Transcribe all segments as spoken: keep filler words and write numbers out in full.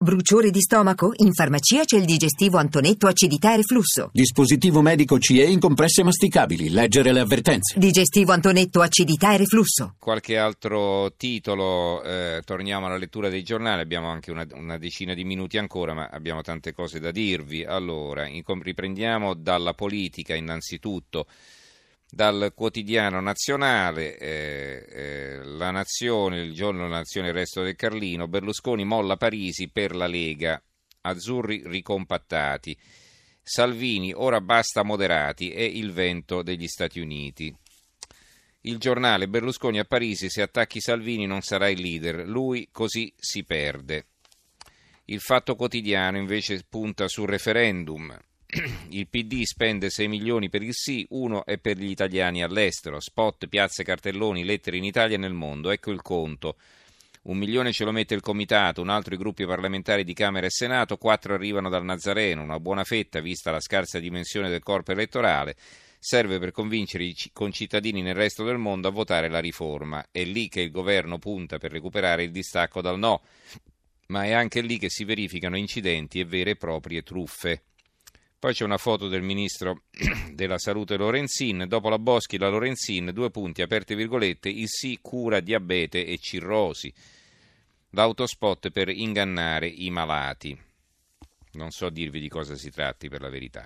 Bruciore di stomaco? In farmacia c'è il digestivo Antonetto acidità e reflusso. Dispositivo medico C E in compresse masticabili. Leggere le avvertenze. Digestivo Antonetto acidità e reflusso. Qualche altro titolo, eh, torniamo alla lettura dei giornali, abbiamo anche una, una decina di minuti ancora, ma abbiamo tante cose da dirvi. Allora, in, riprendiamo dalla politica innanzitutto. Dal quotidiano nazionale, eh, eh, La Nazione, il giorno della Nazione, il resto del Carlino, Berlusconi molla Parisi per la Lega, azzurri ricompattati, Salvini ora basta moderati, è il vento degli Stati Uniti. Il giornale, Berlusconi a Parisi, se attacchi Salvini non sarà il leader, lui così si perde. Il Fatto Quotidiano invece punta sul referendum. Il P D spende sei milioni per il sì, uno è per gli italiani all'estero, spot, piazze, cartelloni, lettere in Italia e nel mondo, ecco il conto. Un milione ce lo mette il Comitato, un altro i gruppi parlamentari di Camera e Senato, quattro arrivano dal Nazareno, una buona fetta vista la scarsa dimensione del corpo elettorale, serve per convincere i concittadini nel resto del mondo a votare la riforma. È lì che il governo punta per recuperare il distacco dal no, ma è anche lì che si verificano incidenti e vere e proprie truffe. Poi c'è una foto del ministro della salute Lorenzin, dopo la Boschi la Lorenzin, due punti, aperte virgolette, il sì cura diabete e cirrosi. L'autospot per ingannare i malati. Non so dirvi di cosa si tratti per la verità.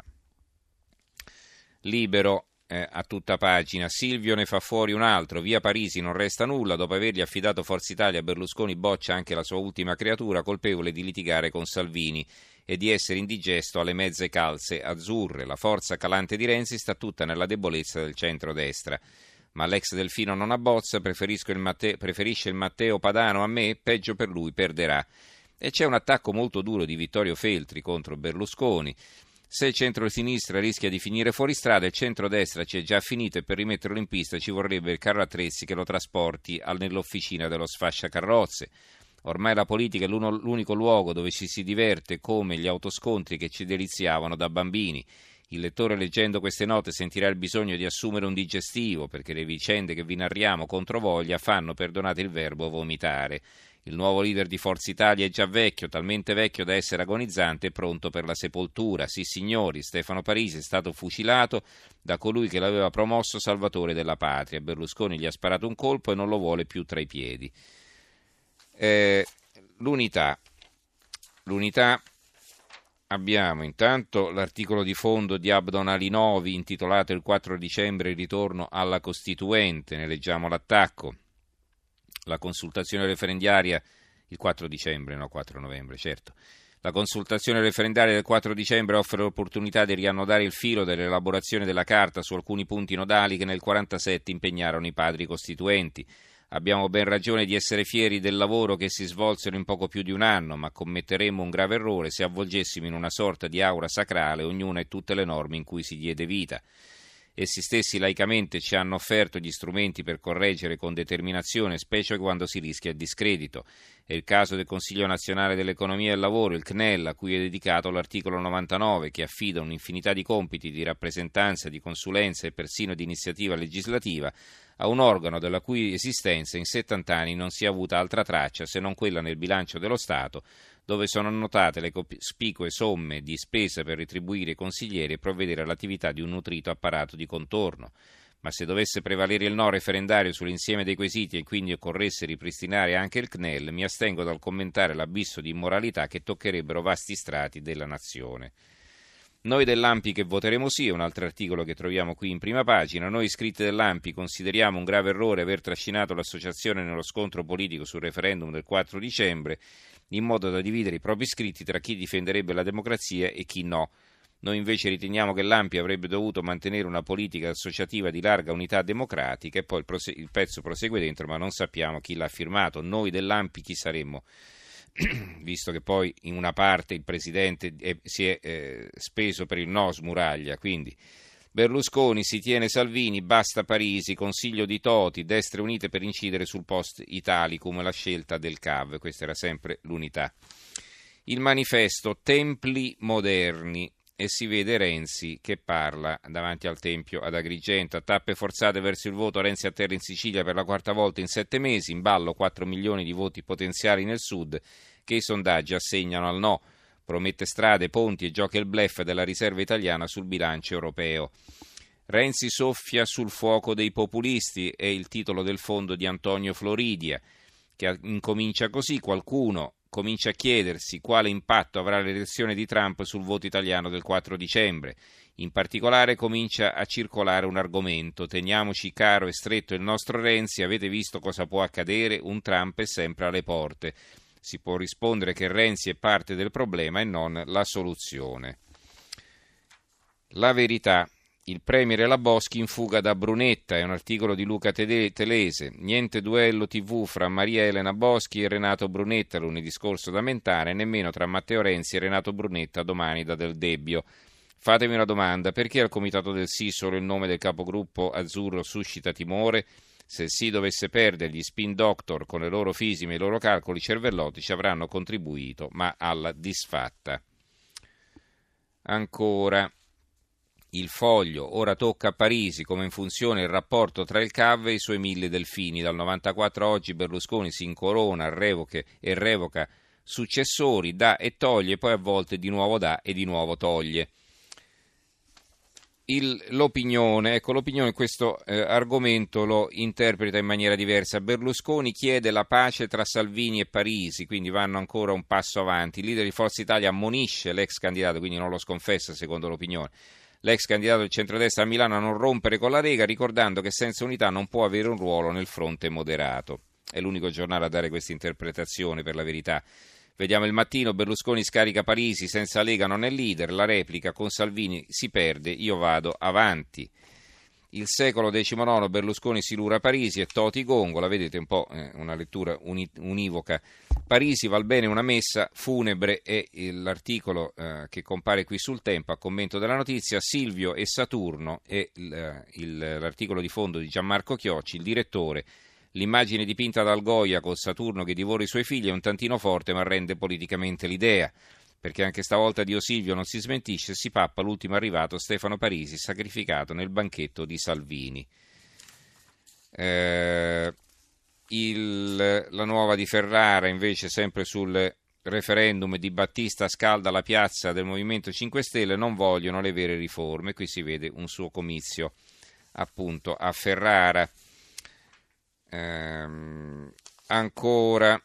Libero, eh, a tutta pagina, Silvio ne fa fuori un altro, via Parisi non resta nulla, dopo avergli affidato Forza Italia, Berlusconi boccia anche la sua ultima creatura, colpevole di litigare con Salvini e di essere indigesto alle mezze calze azzurre. La forza calante di Renzi sta tutta nella debolezza del centrodestra. Ma l'ex Delfino non abbozza, preferisco il Matte- preferisce il Matteo Padano a me, peggio per lui, perderà. E c'è un attacco molto duro di Vittorio Feltri contro Berlusconi. Se il centro-sinistra rischia di finire fuori strada, il centrodestra ci è già finito e per rimetterlo in pista ci vorrebbe il carro attrezzi che lo trasporti nell'officina dello sfasciacarrozze. Ormai la politica è l'unico luogo dove ci si diverte come gli autoscontri che ci deliziavano da bambini. Il lettore leggendo queste note sentirà il bisogno di assumere un digestivo perché le vicende che vi narriamo controvoglia fanno, perdonate il verbo, vomitare. Il nuovo leader di Forza Italia è già vecchio, talmente vecchio da essere agonizzante e pronto per la sepoltura. Sì signori, Stefano Parisi è stato fucilato da colui che l'aveva promosso salvatore della patria. Berlusconi gli ha sparato un colpo e non lo vuole più tra i piedi. Eh, l'unità l'unità abbiamo intanto l'articolo di fondo di Abdon Ali Novi intitolato il quattro dicembre il ritorno alla Costituente, ne leggiamo l'attacco. La consultazione referendaria il quattro dicembre, no quattro novembre, certo. La consultazione referendaria del quattro dicembre offre l'opportunità di riannodare il filo dell'elaborazione della Carta su alcuni punti nodali che nel quarantasette impegnarono i padri costituenti. Abbiamo ben ragione di essere fieri del lavoro che si svolsero in poco più di un anno, ma commetteremmo un grave errore se avvolgessimo in una sorta di aura sacrale ognuna e tutte le norme in cui si diede vita. Essi stessi laicamente ci hanno offerto gli strumenti per correggere con determinazione, specie quando si rischia il discredito. È il caso del Consiglio Nazionale dell'Economia e del Lavoro, il C N E L, a cui è dedicato l'articolo novantanove, che affida un'infinità di compiti di rappresentanza, di consulenza e persino di iniziativa legislativa a un organo della cui esistenza in settanta anni non si è avuta altra traccia se non quella nel bilancio dello Stato, dove sono annotate le cospicue somme di spesa per retribuire i consiglieri e provvedere all'attività di un nutrito apparato di contorno. Ma se dovesse prevalere il no referendario sull'insieme dei quesiti e quindi occorresse ripristinare anche il C N E L, mi astengo dal commentare l'abisso di immoralità che toccherebbero vasti strati della nazione. Noi dell'A M P I che voteremo sì, è un altro articolo che troviamo qui in prima pagina. Noi iscritti dell'A M P I consideriamo un grave errore aver trascinato l'associazione nello scontro politico sul referendum del quattro dicembre, in modo da dividere i propri iscritti tra chi difenderebbe la democrazia e chi no. Noi invece riteniamo che l'A M P I avrebbe dovuto mantenere una politica associativa di larga unità democratica, e poi il, prose- il pezzo prosegue dentro, ma non sappiamo chi l'ha firmato. Noi dell'A M P I chi saremmo? Visto che poi in una parte il Presidente è, si è eh, speso per il no smuraglia, quindi Berlusconi si tiene Salvini, basta Parisi, Consiglio di Toti, destre unite per incidere sul post Italicum, la scelta del C A V, questa era sempre l'unità. Il Manifesto, templi moderni, e si vede Renzi che parla davanti al Tempio ad Agrigento. A tappe forzate verso il voto, Renzi atterra in Sicilia per la quarta volta in sette mesi, in ballo quattro milioni di voti potenziali nel sud che i sondaggi assegnano al no. Promette strade, ponti e gioca il bluff della riserva italiana sul bilancio europeo. Renzi soffia sul fuoco dei populisti è il titolo del fondo di Antonio Floridia, che incomincia così: qualcuno comincia a chiedersi quale impatto avrà l'elezione di Trump sul voto italiano del quattro dicembre. In particolare comincia a circolare un argomento: teniamoci caro e stretto il nostro Renzi, avete visto cosa può accadere? Un Trump è sempre alle porte. Si può rispondere che Renzi è parte del problema e non la soluzione. La Verità. Il premier e la Boschi in fuga da Brunetta, è un articolo di Luca Telese. Niente duello tivù fra Maria Elena Boschi e Renato Brunetta lunedì scorso da Mentana, e nemmeno tra Matteo Renzi e Renato Brunetta domani da Del Debbio. Fatemi una domanda: perché al comitato del sì solo il nome del capogruppo azzurro suscita timore? Se il sì dovesse perdere, gli spin doctor con le loro fisime e i loro calcoli cervellotici avranno contribuito, ma alla disfatta. Ancora. Il Foglio, ora tocca a Parisi, come in funzione il rapporto tra il C A V e i suoi mille delfini. Dal novantaquattro a oggi Berlusconi si incorona revoche e revoca successori, dà e toglie, poi a volte di nuovo dà e di nuovo toglie. Il, l'opinione, ecco l'opinione questo eh, argomento lo interpreta in maniera diversa. Berlusconi chiede la pace tra Salvini e Parisi, quindi vanno ancora un passo avanti. Il leader di Forza Italia ammonisce l'ex candidato, quindi non lo sconfessa secondo l'opinione. L'ex candidato del centrodestra a Milano a non rompere con la Lega, ricordando che senza unità non può avere un ruolo nel fronte moderato. È l'unico giornale a dare questa interpretazione, per la Verità. Vediamo Il Mattino: Berlusconi scarica Parisi, senza Lega non è leader, la replica: con Salvini si perde, io vado avanti. Il Secolo diciannove: Berlusconi si lura Parisi e Toti Gongo, la vedete un po' eh, una lettura uni- univoca. Parisi val bene una messa funebre è l'articolo eh, che compare qui sul Tempo a commento della notizia. Silvio e Saturno è il, il, l'articolo di fondo di Gianmarco Chiocci, il direttore. L'immagine dipinta dal Goya con Saturno che divora i suoi figli è un tantino forte, ma rende politicamente l'idea, perché anche stavolta Dio Silvio non si smentisce e si pappa l'ultimo arrivato Stefano Parisi, sacrificato nel banchetto di Salvini. Eh, il, la Nuova di Ferrara invece, sempre sul referendum di Battista, scalda la piazza del Movimento cinque Stelle, non vogliono le vere riforme. Qui si vede un suo comizio appunto a Ferrara. Ehm, ancora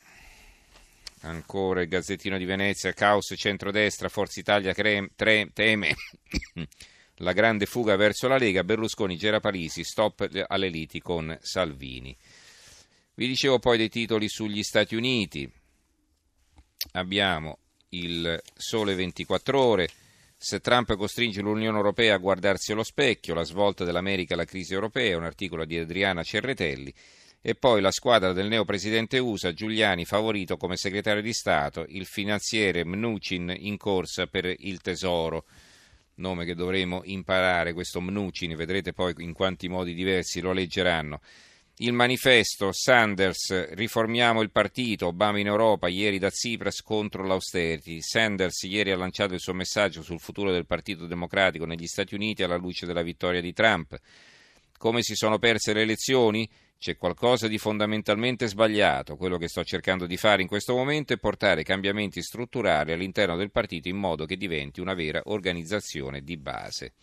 ancora il Gazzettino di Venezia: caos centrodestra, Forza Italia creme, tre, teme la grande fuga verso la Lega, Berlusconi gera Parisi, stop alle liti con Salvini. Vi dicevo poi dei titoli sugli Stati Uniti. Abbiamo il Sole ventiquattro Ore: se Trump costringe l'Unione Europea a guardarsi allo specchio, la svolta dell'America alla crisi europea, un articolo di Adriana Cerretelli. E poi la squadra del neopresidente U S A, Giuliani favorito come segretario di Stato, il finanziere Mnuchin in corsa per il tesoro. Nome che dovremo imparare, questo Mnuchin, vedrete poi in quanti modi diversi lo leggeranno. Il Manifesto: Sanders, riformiamo il partito, Obama in Europa, ieri da Tsipras contro l'austerity. Sanders ieri ha lanciato il suo messaggio sul futuro del Partito Democratico negli Stati Uniti alla luce della vittoria di Trump. Come si sono perse le elezioni? C'è qualcosa di fondamentalmente sbagliato. Quello che sto cercando di fare in questo momento è portare cambiamenti strutturali all'interno del partito in modo che diventi una vera organizzazione di base.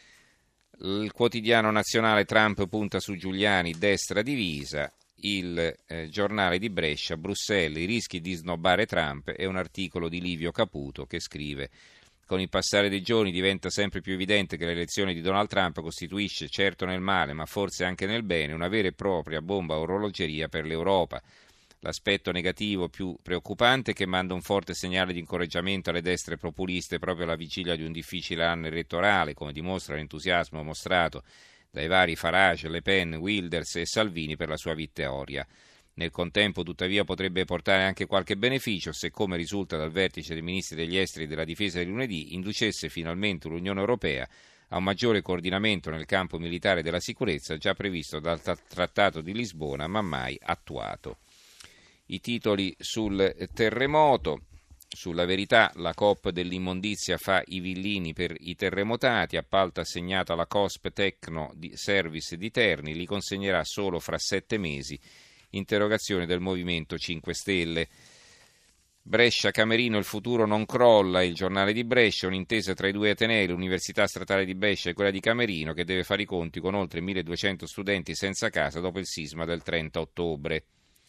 Il Quotidiano Nazionale: Trump punta su Giuliani, destra divisa. Il eh, Giornale di Brescia: Bruxelles, i rischi di snobbare Trump. È un articolo di Livio Caputo che scrive: con il passare dei giorni diventa sempre più evidente che l'elezione di Donald Trump costituisce, certo nel male, ma forse anche nel bene, una vera e propria bomba a orologeria per l'Europa. L'aspetto negativo più preoccupante è che manda un forte segnale di incoraggiamento alle destre populiste proprio alla vigilia di un difficile anno elettorale, come dimostra l'entusiasmo mostrato dai vari Farage, Le Pen, Wilders e Salvini per la sua vittoria. Nel contempo, tuttavia, potrebbe portare anche qualche beneficio se, come risulta dal vertice dei ministri degli esteri e della difesa di lunedì, inducesse finalmente l'Unione Europea a un maggiore coordinamento nel campo militare della sicurezza già previsto dal Trattato di Lisbona ma mai attuato. I titoli sul terremoto. Sulla Verità: la Coop dell'immondizia fa i villini per i terremotati, appalto assegnato alla Cosp Tecno Service di Terni, li consegnerà solo fra sette mesi. Interrogazione del Movimento cinque Stelle. Brescia Camerino, il futuro non crolla, il giornale di Brescia, un'intesa tra i due atenei, l'Università Statale di Brescia e quella di Camerino, che deve fare i conti con oltre milleduecento studenti senza casa dopo il sisma del trenta ottobre.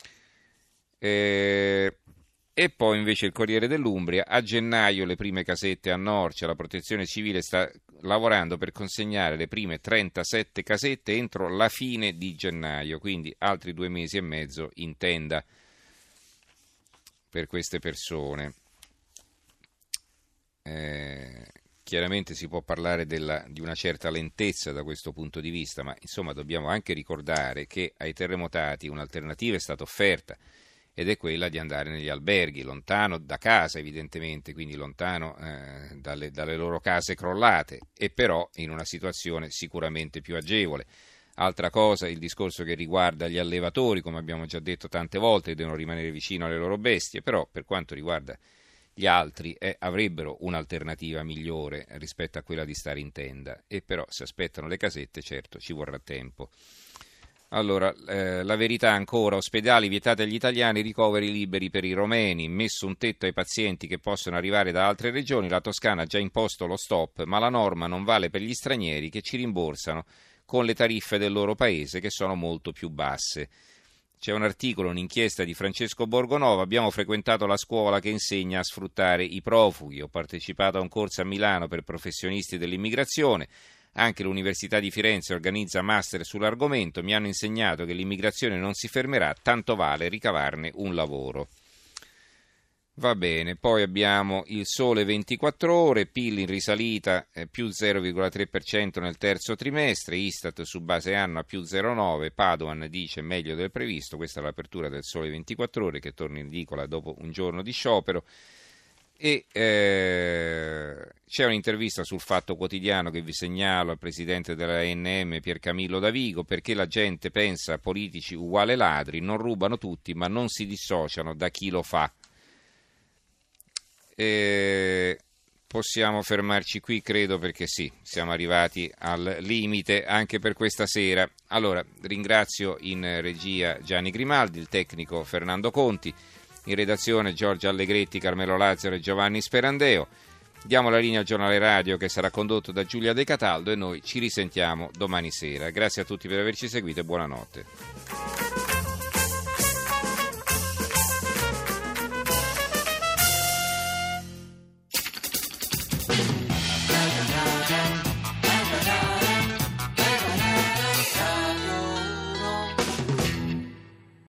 Eh, e poi invece il Corriere dell'Umbria, a gennaio le prime casette a Norcia, la Protezione Civile sta lavorando per consegnare le prime trentasette casette entro la fine di gennaio, quindi altri due mesi e mezzo in tenda per queste persone. Eh, chiaramente si può parlare della, di una certa lentezza da questo punto di vista, ma insomma dobbiamo anche ricordare che ai terremotati un'alternativa è stata offerta, ed è quella di andare negli alberghi, lontano da casa evidentemente, quindi lontano eh, dalle, dalle loro case crollate, e però in una situazione sicuramente più agevole. Altra cosa, il discorso che riguarda gli allevatori, come abbiamo già detto tante volte, devono rimanere vicino alle loro bestie, però per quanto riguarda gli altri eh, avrebbero un'alternativa migliore rispetto a quella di stare in tenda, e però se aspettano le casette certo ci vorrà tempo. Allora, eh, la verità ancora, ospedali vietati agli italiani, ricoveri liberi per i romeni, messo un tetto ai pazienti che possono arrivare da altre regioni, la Toscana ha già imposto lo stop, ma la norma non vale per gli stranieri che ci rimborsano con le tariffe del loro paese che sono molto più basse. C'è un articolo, un'inchiesta di Francesco Borgonova, abbiamo frequentato la scuola che insegna a sfruttare i profughi, ho partecipato a un corso a Milano per professionisti dell'immigrazione, anche l'Università di Firenze organizza master sull'argomento, mi hanno insegnato che l'immigrazione non si fermerà, tanto vale ricavarne un lavoro. Va bene, poi abbiamo il Sole ventiquattro Ore, P I L in risalita eh, più zero virgola tre per cento nel terzo trimestre, Istat su base anno a più zero virgola nove, Padoan dice meglio del previsto, questa è l'apertura del Sole ventiquattro Ore che torna in edicola dopo un giorno di sciopero. E eh, c'è un'intervista sul Fatto Quotidiano che vi segnalo al presidente della A N M Piercamillo Davigo, perché la gente pensa a politici uguale ladri, non rubano tutti ma non si dissociano da chi lo fa. E possiamo fermarci qui, credo, perché sì, siamo arrivati al limite anche per questa sera. Allora, ringrazio in regia Gianni Grimaldi, il tecnico Fernando Conti, in redazione Giorgio Allegretti, Carmelo Lazzaro e Giovanni Sperandeo. Diamo la linea al giornale radio che sarà condotto da Giulia De Cataldo e noi ci risentiamo domani sera. Grazie a tutti per averci seguito e buonanotte.